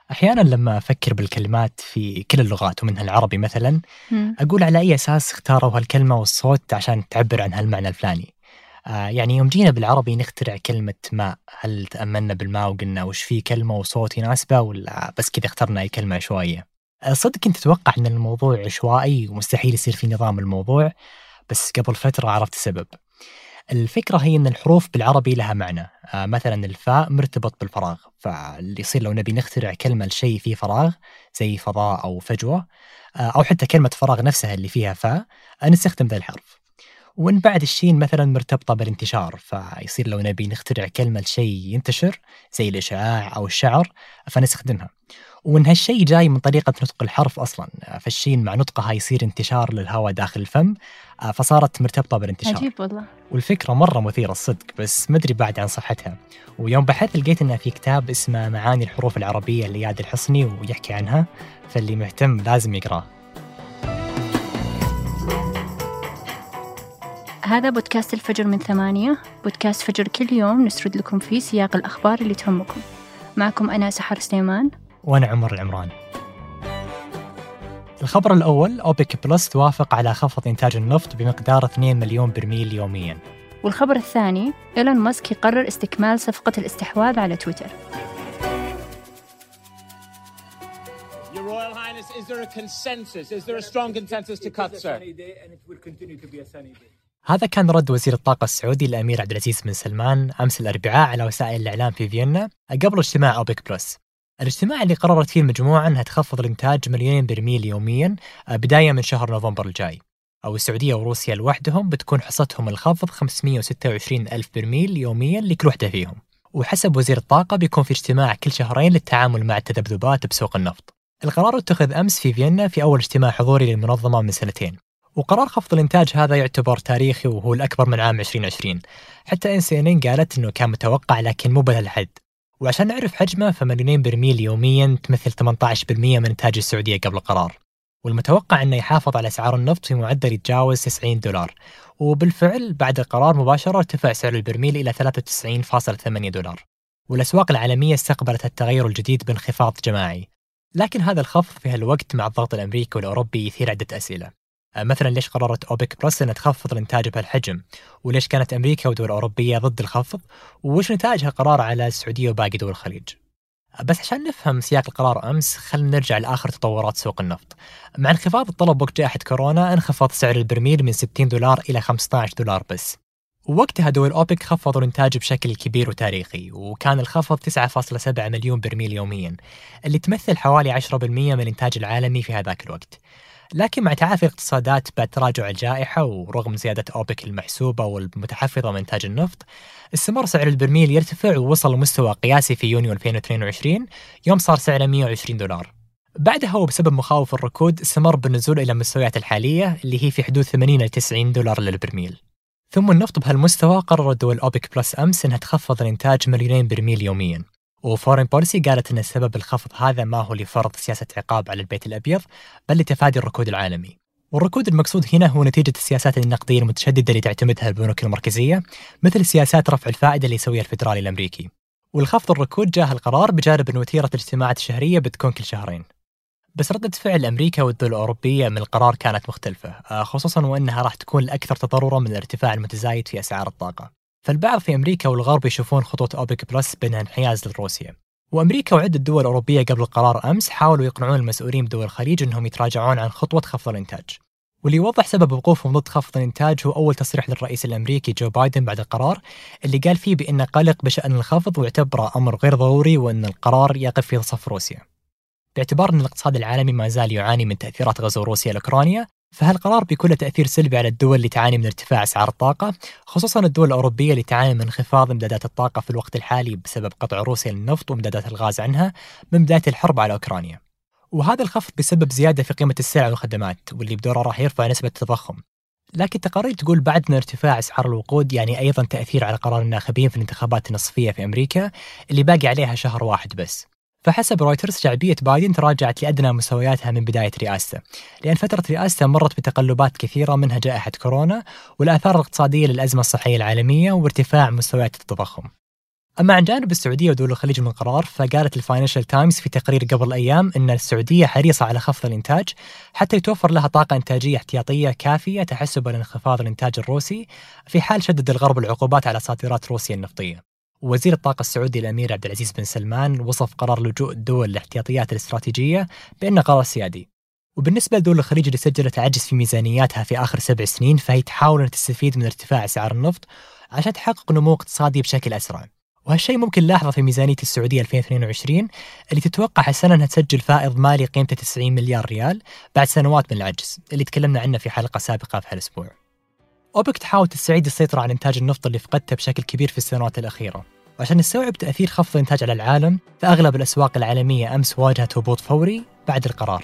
أحياناً لما أفكر بالكلمات في كل اللغات ومنها العربي مثلاً، مم. أقول على أي أساس اختاروا هالكلمة والصوت عشان تعبر عن هالمعنى الفلاني. يعني يوم جينا بالعربي نخترع كلمة ماء، هل تأملنا بالماء وقلنا وش فيه كلمة وصوت يناسبه، ولا بس كذا اخترنا أي كلمة عشوائية؟ صدق كنت أتوقع أن الموضوع عشوائي ومستحيل يصير في نظام الموضوع، بس قبل فترة عرفت السبب. الفكرة هي أن الحروف بالعربي لها معنى. مثلا الفاء مرتبط بالفراغ، فاللي يصير لو نبي نخترع كلمة لشيء فيه فراغ زي فضاء أو فجوة، أو حتى كلمة فراغ نفسها اللي فيها فاء، نستخدم ذا الحرف. وإن بعد الشين مثلا مرتبطة بالانتشار، فيصير لو نبي نخترع كلمة لشيء ينتشر زي الإشعاع أو الشعر فنستخدمها. وإن هالشيء جاي من طريقة نطق الحرف أصلا، فالشين مع نطقها يصير انتشار للهواء داخل الفم، فصارت مرتبطة بالانتشار. عجيب والله. والفكرة مرة مثيرة الصدق، بس مدري بعد عن صحتها. ويوم بحثت لقيت إنها في كتاب اسمه معاني الحروف العربية لإياد الحصني ويحكي عنها، فاللي مهتم لازم يقراه. هذا بودكاست الفجر من 8، بودكاست فجر كل يوم نسرد لكم فيه سياق الأخبار اللي تهمكم. معكم أنا سحر سليمان. وأنا عمر العمران. الخبر الأول، أوبك بلس توافق على خفض إنتاج النفط بمقدار 2 مليون برميل يومياً. والخبر الثاني، إيلون ماسك يقرر استكمال صفقة الاستحواذ على تويتر. Your Royal Highness, is there a consensus? Is there a strong consensus to cut, sir? هذا كان رد وزير الطاقة السعودي الأمير عبد العزيز بن سلمان أمس الأربعاء على وسائل الإعلام في فيينا قبل اجتماع أوبك بلس. الاجتماع اللي قررت فيه المجموعة أنها تخفض الإنتاج 2 برميل يومياً بداية من شهر نوفمبر الجاي. أو السعودية وروسيا لوحدهم بتكون حصتهم الخفض 526 ألف برميل يومياً لكل وحدة فيهم. وحسب وزير الطاقة بيكون في اجتماع كل شهرين للتعامل مع التذبذبات بسوق النفط. القرار اتخذ أمس في فيينا في أول اجتماع حضوري للمنظمة من 2 سنين. وقرار خفض الإنتاج هذا يعتبر تاريخي وهو الأكبر من عام 2020. حتى CNN قالت أنه كان متوقع لكن مو بهالحد. وعشان نعرف حجمه، ف2 برميل يومياً تمثل 18% من إنتاج السعودية قبل القرار. والمتوقع أنه يحافظ على أسعار النفط في معدل يتجاوز $90. وبالفعل بعد القرار مباشرة ارتفع سعر البرميل إلى $93.8. والأسواق العالمية استقبلت التغير الجديد بانخفاض جماعي. لكن هذا الخفض في هالوقت مع الضغط الأمريكي والأوروبي يثير عدة أسئلة. مثلا ليش قررت أوبك بلس أن تخفض الإنتاج بهالحجم؟ وليش كانت أمريكا ودول أوروبية ضد الخفض؟ وش نتائج هالقرار على السعودية وباقي دول الخليج؟ بس عشان نفهم سياق القرار أمس، خلينا نرجع لآخر تطورات سوق النفط. مع انخفاض الطلب وقت جائحة كورونا، انخفض سعر البرميل من $60 إلى $15 بس. ووقتها دول أوبك خفضوا الإنتاج بشكل كبير وتاريخي، وكان الخفض 9.7 مليون برميل يوميا، اللي تمثل حوالي 10% من الإنتاج العالمي في هذاك الوقت. لكن مع تعافي الاقتصادات بعد تراجع الجائحة، ورغم زيادة أوبك المحسوبة والمتحفظة من إنتاج النفط، استمر سعر البرميل يرتفع ووصل لمستوى قياسي في يونيو 2022 يوم صار سعره $120. بعدها وبسبب مخاوف الركود استمر بالنزول إلى المستويات الحالية اللي هي في حدود $80 إلى $90 للبرميل. ثم النفط بهالمستوى قررت دول أوبك بلس أمس أنها تخفض الإنتاج 2 برميل يومياً. وفورين بوليسي قالت أن السبب الخفض هذا ما هو لفرض سياسة عقاب على البيت الأبيض، بل لتفادي الركود العالمي. والركود المقصود هنا هو نتيجة السياسات النقدية المتشددة اللي تعتمدها البنوك المركزية، مثل سياسات رفع الفائدة اللي يسويها الفيدرالي الأمريكي. والخفض الركود جاء القرار بجانب أن وتيرة الاجتماعات الشهرية بتكون كل شهرين. بس ردة فعل أمريكا والدول الأوروبية من القرار كانت مختلفة، خصوصاً وأنها راح تكون الأكثر تضرراً من الارتفاع المتزايد في أسعار الطاقة. فالبعض في أمريكا والغرب يشوفون خطوة أوبك بلس بأنها انحياز لروسيا. وأمريكا وعدة دول أوروبية قبل القرار أمس حاولوا يقنعون المسؤولين بدول الخليج أنهم يتراجعون عن خطوة خفض الإنتاج. واللي يوضح سبب وقوفهم ضد خفض الإنتاج هو أول تصريح للرئيس الأمريكي جو بايدن بعد القرار، اللي قال فيه بأنه قلق بشأن الخفض واعتبره أمر غير ضروري، وأن القرار يقف في صف روسيا. باعتبار أن الاقتصاد العالمي ما زال يعاني من تأثيرات غزو روسيا لأوكرانيا، فهالقرار بيكون له تأثير سلبي على الدول اللي تعاني من ارتفاع أسعار الطاقة، خصوصاً الدول الأوروبية اللي تعاني من انخفاض إمدادات الطاقة في الوقت الحالي بسبب قطع روسيا للنفط وإمدادات الغاز عنها من بداية الحرب على أوكرانيا. وهذا الخفض بسبب زيادة في قيمة السلع والخدمات، واللي بدوره راح يرفع نسبة التضخم. لكن تقارير تقول بعد أن ارتفاع أسعار الوقود يعني أيضاً تأثير على قرار الناخبين في الانتخابات النصفية في أمريكا اللي باقي عليها شهر واحد بس. فحسب رويترز شعبية بايدن تراجعت لأدنى مستوياتها من بداية رئاسته، لأن فترة رئاسته مرت بتقلبات كثيرة منها جائحة كورونا والآثار الاقتصادية للأزمة الصحية العالمية وارتفاع مستويات التضخم. أما عن جانب السعودية ودول الخليج من قرار، فقالت الفاينانشال تايمز في تقرير قبل أيام أن السعودية حريصة على خفض الإنتاج حتى يتوفر لها طاقة إنتاجية احتياطية كافية تحسبا لانخفاض الإنتاج الروسي في حال شدد الغرب العقوبات على صادرات روسيا النفطية. وزير الطاقة السعودي الأمير عبد العزيز بن سلمان وصف قرار لجوء الدول للاحتياطيات الاستراتيجية بأنه قرار سيادي. وبالنسبة لدول الخليج اللي سجلت عجز في ميزانياتها في آخر 7 سنين، فهي تحاول أن تستفيد من ارتفاع أسعار النفط عشان تحقق نمو اقتصادي بشكل أسرع. وهالشيء ممكن نلاحظه في ميزانية السعودية 2022 اللي تتوقع السنة أنها تسجل فائض مالي قيمته 90 مليار ريال بعد سنوات من العجز اللي تكلمنا عنه في حلقة سابقة في هالأسبوع. أوبك تحاول تستعيد السيطرة على إنتاج النفط اللي فقدته بشكل كبير في السنوات الأخيرة، وعشان نستوعب تأثير خفض الإنتاج على العالم فأغلب الأسواق العالمية أمس واجهت هبوط فوري بعد القرار.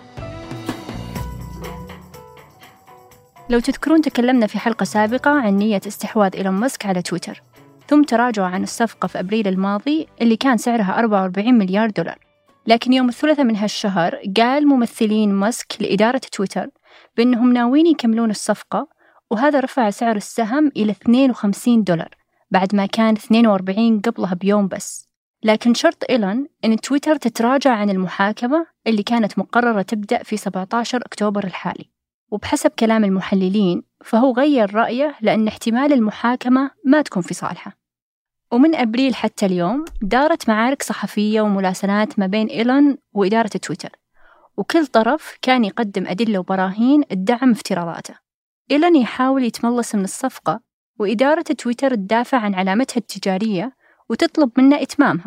لو تذكرون تكلمنا في حلقة سابقة عن نية استحواذ إيلون ماسك على تويتر، ثم تراجعوا عن الصفقة في أبريل الماضي اللي كان سعرها 44 مليار دولار. لكن يوم الثلاثاء من هالشهر قال ممثلين ماسك لإدارة تويتر بأنهم ناويين يكملون الصفقة، وهذا رفع سعر السهم إلى 52 دولار بعد ما كان 42 قبلها بيوم بس. لكن شرط إيلون أن تويتر تتراجع عن المحاكمة اللي كانت مقررة تبدأ في 17 أكتوبر الحالي. وبحسب كلام المحللين فهو غير رأيه لأن احتمال المحاكمة ما تكون في صالحه. ومن أبريل حتى اليوم دارت معارك صحفية وملاسنات ما بين إيلون وإدارة تويتر، وكل طرف كان يقدم أدلة وبراهين تدعم افتراضاته. إيلون يحاول يتملص من الصفقة، وإدارة تويتر تدافع عن علامتها التجارية وتطلب منه إتمامها.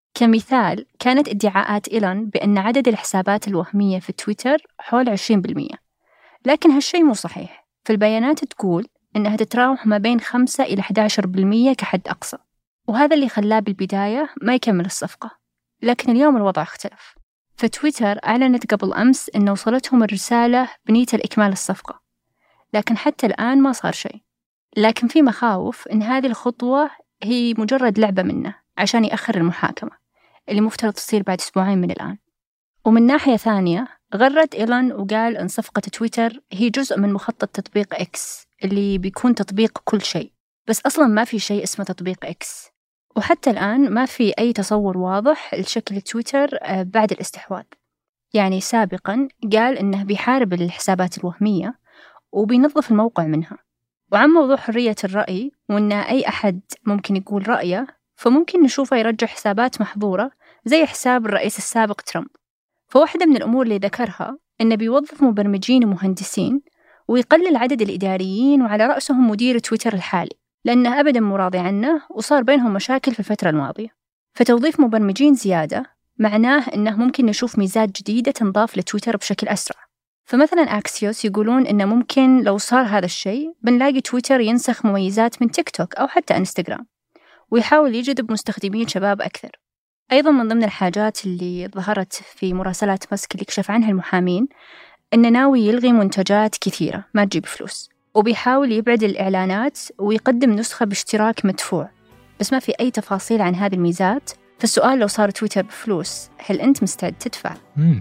كمثال كانت ادعاءات إيلون بأن عدد الحسابات الوهمية في تويتر حول 20%، لكن هالشيء مو صحيح. في البيانات تقول أنها تتراوح ما بين 5 إلى 11% كحد أقصى، وهذا اللي خلاه بالبداية ما يكمل الصفقة. لكن اليوم الوضع اختلف، فتويتر أعلنت قبل أمس أن وصلتهم الرسالة بنية الإكمال الصفقة، لكن حتى الآن ما صار شيء. لكن في مخاوف أن هذه الخطوة هي مجرد لعبة منه عشان يأخر المحاكمة اللي مفترض تصير بعد 2 أسبوع من الآن. ومن ناحية ثانية غرد إيلون وقال أن صفقة تويتر هي جزء من مخطط تطبيق إكس اللي بيكون تطبيق كل شيء، بس أصلاً ما في شيء اسمه تطبيق إكس، وحتى الآن ما في أي تصور واضح لشكل تويتر بعد الاستحواذ. يعني سابقاً قال إنه بيحارب الحسابات الوهمية وبينظف الموقع منها. وعن موضوع حرية الرأي وإن أي أحد ممكن يقول رأيه، فممكن نشوفه يرجع حسابات محظورة زي حساب الرئيس السابق ترامب. فواحدة من الأمور اللي ذكرها إنه بيوظف مبرمجين ومهندسين ويقلل عدد الإداريين، وعلى رأسهم مدير تويتر الحالي لأنه أبداً مو راضي عنه وصار بينهم مشاكل في الفترة الماضية. فتوظيف مبرمجين زيادة معناه إنه ممكن نشوف ميزات جديدة تنضاف لتويتر بشكل أسرع. فمثلاً أكسيوس يقولون إنه ممكن لو صار هذا الشيء بنلاقي تويتر ينسخ مميزات من تيك توك أو حتى إنستغرام، ويحاول يجذب مستخدمين شباب أكثر. أيضاً من ضمن الحاجات اللي ظهرت في مراسلات ماسك اللي كشف عنها المحامين إنه ناوي يلغي منتجات كثيرة ما تجيب فلوس، وبيحاول يبعد الإعلانات ويقدم نسخة باشتراك مدفوع، بس ما في أي تفاصيل عن هذه الميزات. فالسؤال لو صار تويتر بفلوس هل أنت مستعد تدفع؟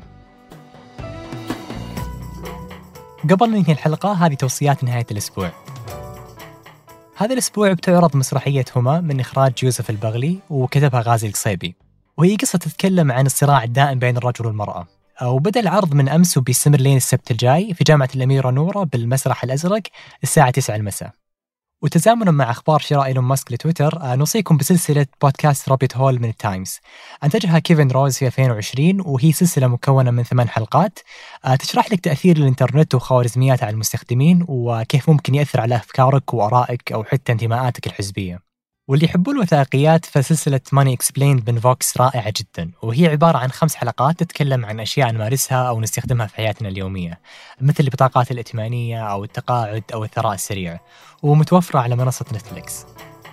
قبل ننهي الحلقة هذه توصيات نهاية الأسبوع. هذا الأسبوع بتعرض مسرحية هما من إخراج يوسف البغلي وكتبها غازي القصيبي، وهي قصة تتكلم عن الصراع الدائم بين الرجل والمرأة. وبدأ العرض من أمس وبيستمر لين السبت الجاي في جامعة الأميرة نورة بالمسرح الأزرق الساعة 9 المساء. وتزامنا مع أخبار شراء إيلون ماسك لتويتر نوصيكم بسلسلة بودكاست رابط هول من التايمز، أنتجها كيفن روز في 2020، وهي سلسلة مكونة من 8 حلقات تشرح لك تأثير الإنترنت وخوارزميات على المستخدمين وكيف ممكن يأثر على أفكارك وآرائك أو حتى انتماءاتك الحزبية. واللي يحبون الوثائقيات فسلسلة ماني إكسبليند من فوكس رائعة جدا، وهي عبارة عن 5 حلقات تتكلم عن أشياء نمارسها أو نستخدمها في حياتنا اليومية، مثل البطاقات الائتمانية أو التقاعد أو الثراء السريع، ومتوفرة على منصة نتفليكس.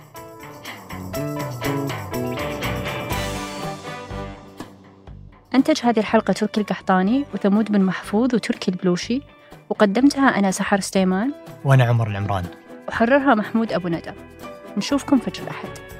أنتج هذه الحلقة تركي القحطاني وثمود بن محفوظ وتركي البلوشي، وقدمتها أنا سحر سليمان وأنا عمر العمران، وحررها محمود أبو ندى. نشوفكم فجر الأحد.